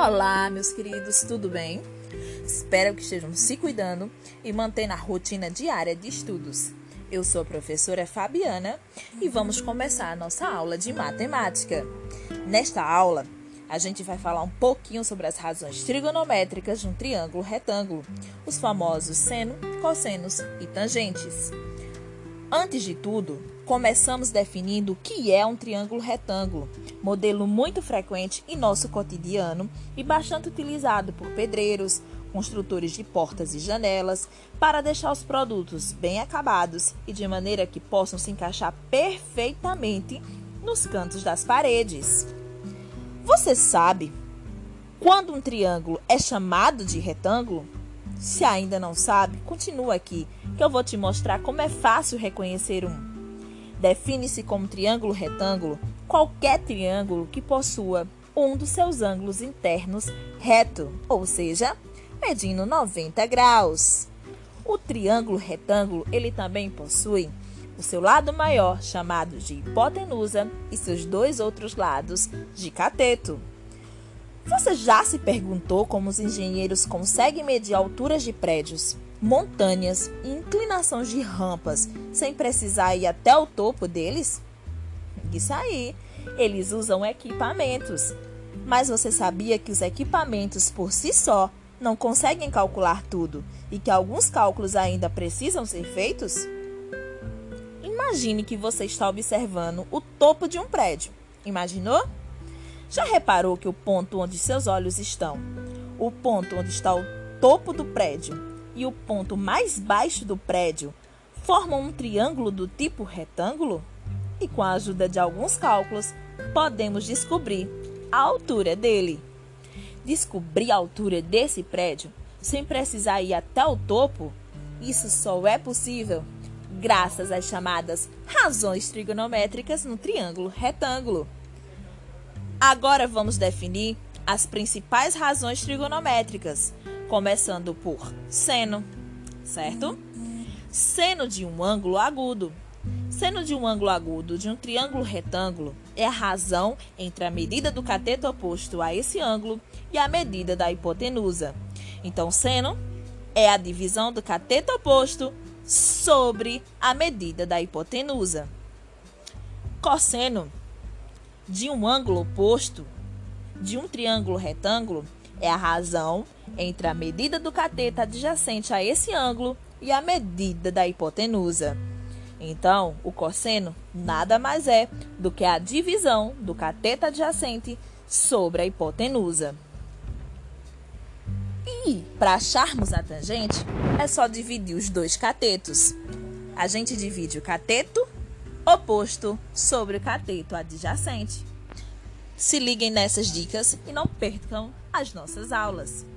Olá, meus queridos, tudo bem? Espero que estejam se cuidando e mantendo a rotina diária de estudos. Eu sou a professora Fabiana e vamos começar a nossa aula de matemática. Nesta aula, a gente vai falar um pouquinho sobre as razões trigonométricas de um triângulo retângulo, os famosos seno, cossenos e tangentes. Antes de tudo, começamos definindo o que é um triângulo retângulo, modelo muito frequente em nosso cotidiano e bastante utilizado por pedreiros, construtores de portas e janelas, para deixar os produtos bem acabados e de maneira que possam se encaixar perfeitamente nos cantos das paredes. Você sabe quando um triângulo é chamado de retângulo? Se ainda não sabe, continua aqui, que eu vou te mostrar como é fácil reconhecer um. Define-se como triângulo retângulo qualquer triângulo que possua um dos seus ângulos internos reto, ou seja, medindo 90 graus. O triângulo retângulo, ele também possui o seu lado maior, chamado de hipotenusa, e seus dois outros lados de cateto. Você já se perguntou como os engenheiros conseguem medir alturas de prédios, montanhas e inclinações de rampas sem precisar ir até o topo deles? Isso aí, eles usam equipamentos. Mas você sabia que os equipamentos por si só não conseguem calcular tudo e que alguns cálculos ainda precisam ser feitos? Imagine que você está observando o topo de um prédio. Imaginou? Já reparou que o ponto onde seus olhos estão, o ponto onde está o topo do prédio e o ponto mais baixo do prédio formam um triângulo do tipo retângulo? E com a ajuda de alguns cálculos, podemos descobrir a altura dele. Descobrir a altura desse prédio sem precisar ir até o topo, isso só é possível graças às chamadas razões trigonométricas no triângulo retângulo. Agora vamos definir as principais razões trigonométricas, começando por seno, certo? Seno de um ângulo agudo. Seno de um ângulo agudo de um triângulo retângulo é a razão entre a medida do cateto oposto a esse ângulo e a medida da hipotenusa. Então, seno é a divisão do cateto oposto sobre a medida da hipotenusa. Cosseno de um ângulo oposto de um triângulo retângulo é a razão entre a medida do cateto adjacente a esse ângulo e a medida da hipotenusa. Então, o cosseno nada mais é do que a divisão do cateto adjacente sobre a hipotenusa. E, para acharmos a tangente, é só dividir os dois catetos. A gente divide o cateto oposto sobre o cateto adjacente. Se liguem nessas dicas e não percam as nossas aulas.